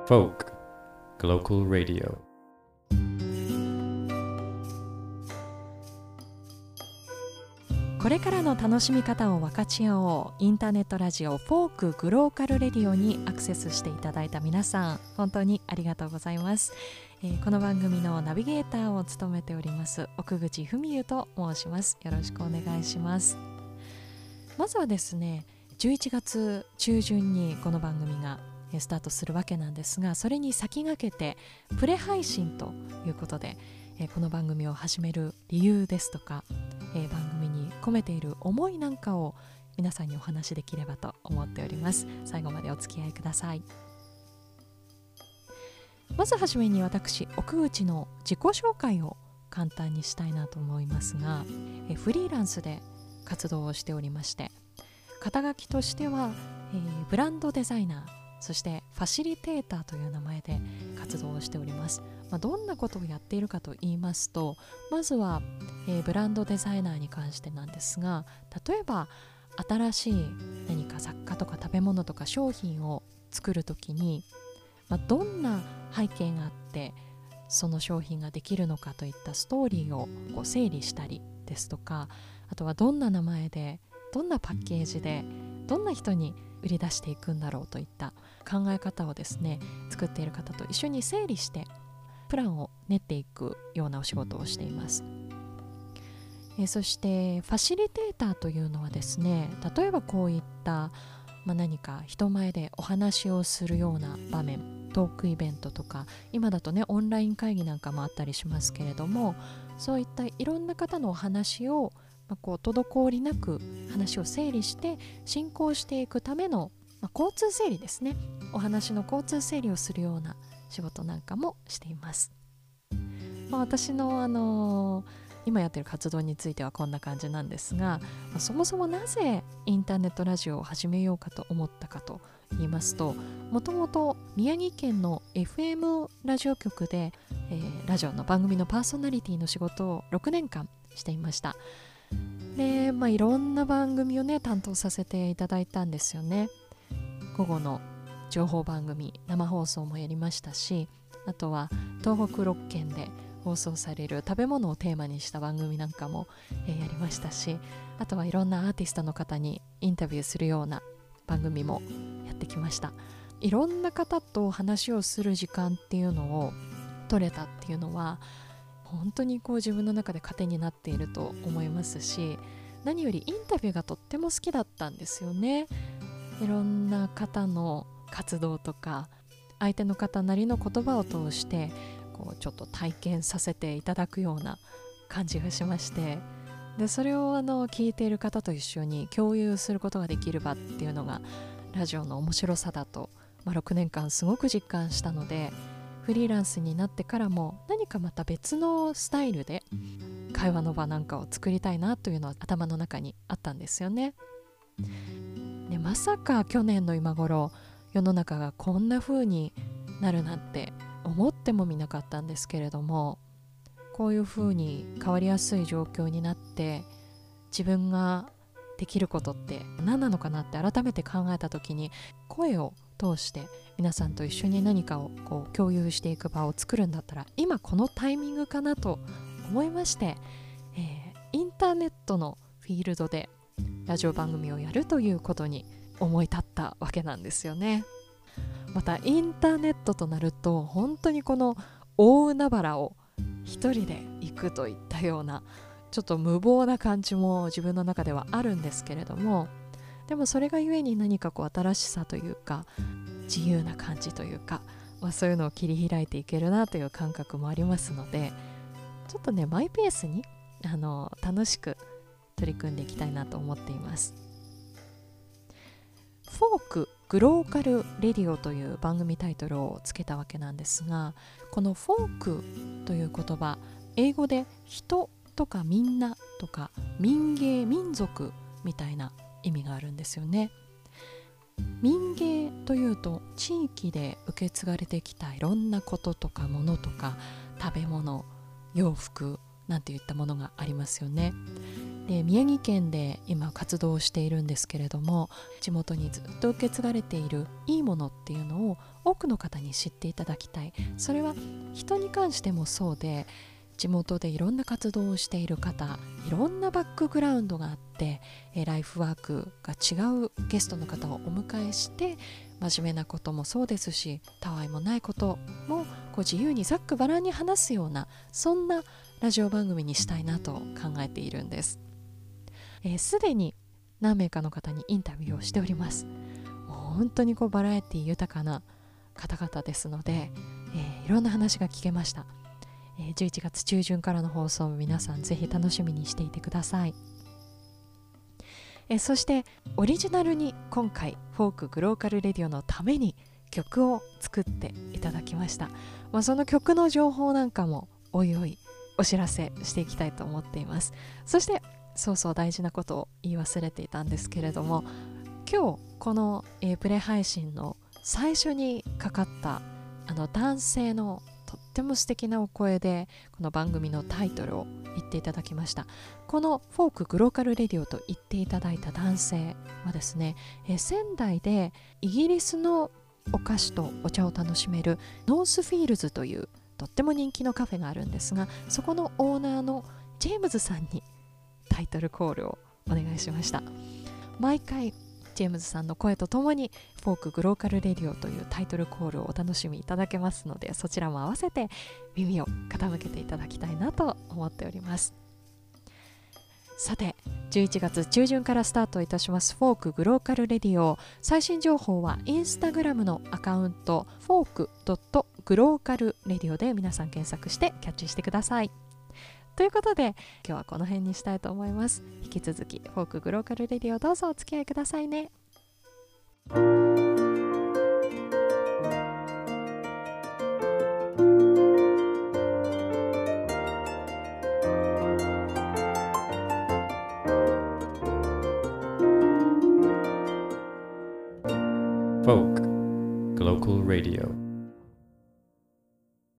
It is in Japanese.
Folk Global Radio。 これからの楽しみ方を分かち合おう。インターネットラジオフォークグローカルレディオにアクセスしていただいた皆さん、本当にありがとうございます。この番組のナビゲーターを務めております奥口文優と申します。よろしくお願いします。まずはですね、11月中旬にこの番組がスタートするわけなんですが、それに先駆けてプレ配信ということで、この番組を始める理由ですとか、番組に込めている思いなんかを皆さんにお話しできればと思っております。最後までお付き合いください。まずはじめに私奥口の自己紹介を簡単にしたいなと思いますが、フリーランスで活動をしておりまして、肩書きとしては、ブランドデザイナー、そしてファシリテーターという名前で活動をしております。どんなことをやっているかと言いますと、まずは、ブランドデザイナーに関してなんですが、例えば新しい何か雑貨とか食べ物とか商品を作るときに、どんな背景があってその商品ができるのかといったストーリーをこう整理したりですとか、あとはどんな名前でどんなパッケージでどんな人に売り出していくんだろうといった考え方をですね、作っている方と一緒に整理してプランを練っていくようなお仕事をしています。そしてファシリテーターというのはですね、例えばこういった、何か人前でお話をするような場面、トークイベントとか、今だとねオンライン会議なんかもあったりしますけれども、そういったいろんな方のお話をこう滞りなく話を整理して進行していくための、交通整理ですね。お話の交通整理をするような仕事なんかもしています。私の、今やってる活動についてはこんな感じなんですが、そもそもなぜインターネットラジオを始めようかと思ったかと言いますと、もともと宮城県の FM ラジオ局で、ラジオの番組のパーソナリティの仕事を6年間していました。で、いろんな番組をね担当させていただいたんですよね。午後の情報番組、生放送もやりましたし、あとは東北6県で放送される食べ物をテーマにした番組なんかも、やりましたし、あとはいろんなアーティストの方にインタビューするような番組もやってきました。いろんな方と話をする時間っていうのを取れたっていうのは本当にこう自分の中で糧になっていると思いますし、何よりインタビューがとっても好きだったんですよね。いろんな方の活動とか相手の方なりの言葉を通してこうちょっと体験させていただくような感じがしまして、でそれを聞いている方と一緒に共有することができる場っていうのがラジオの面白さだと、6年間すごく実感したので、フリーランスになってからも何かまた別のスタイルで会話の場なんかを作りたいなというのは頭の中にあったんですよね。でまさか去年の今頃世の中がこんな風になるなんて思ってもみなかったんですけれども、こういう風に変わりやすい状況になって自分ができることって何なのかなって改めて考えた時に、声を通して皆さんと一緒に何かをこう共有していく場を作るんだったら今このタイミングかなと思いまして、インターネットのフィールドでラジオ番組をやるということに思い立ったわけなんですよね。またインターネットとなると本当にこの大海原を一人で行くといったようなちょっと無謀な感じも自分の中ではあるんですけれども、でもそれがゆえに何かこう新しさというか自由な感じというか、そういうのを切り開いていけるなという感覚もありますので、ちょっとねマイペースに楽しく取り組んでいきたいなと思っています。フォークグローカルレディオという番組タイトルをつけたわけなんですが、このフォークという言葉、英語で人とかみんなとか民芸民族みたいな意味があるんですよね。民芸というと地域で受け継がれてきたいろんなこととかものとか食べ物、洋服なんていったものがありますよね。 で宮城県で今活動をしているんですけれども、地元にずっと受け継がれているいいものっていうのを多くの方に知っていただきたい。それは人に関してもそうで、地元でいろんな活動をしている方、いろんなバックグラウンドがあって、ライフワークが違うゲストの方をお迎えして、真面目なこともそうですし、たわいもないこともこう自由にざっくばらんに話すような、そんなラジオ番組にしたいなと考えているんです。すでに何名かの方にインタビューをしております。もう本当にこうバラエティ豊かな方々ですので、いろんな話が聞けました。11月中旬からの放送も皆さんぜひ楽しみにしていてください。そしてオリジナルに今回フォークグローカルレディオのために曲を作っていただきました。その曲の情報なんかもおいおいお知らせしていきたいと思っています。そしてそう大事なことを言い忘れていたんですけれども、今日この、プレ配信の最初にかかった男性のとっても素敵なお声でこの番組のタイトルを言っていただきました。このフォークグローカルレディオと言っていただいた男性はですね、仙台でイギリスのお菓子とお茶を楽しめるノースフィールズというとっても人気のカフェがあるんですが、そこのオーナーのジェームズさんにタイトルコールをお願いしました。毎回ジェームズさんの声とともにフォークグローカルレディオというタイトルコールをお楽しみいただけますので、そちらも合わせて耳を傾けていただきたいなと思っております。さて、11月中旬からスタートいたしますフォークグローカルレディオ、最新情報はインスタグラムのアカウントフォーク.glocalradioで皆さん検索してキャッチしてください。ということで今日はこの辺にしたいと思います。引き続きフォークグローカルレディオどうぞお付き合いくださいね。 Folk Global Radio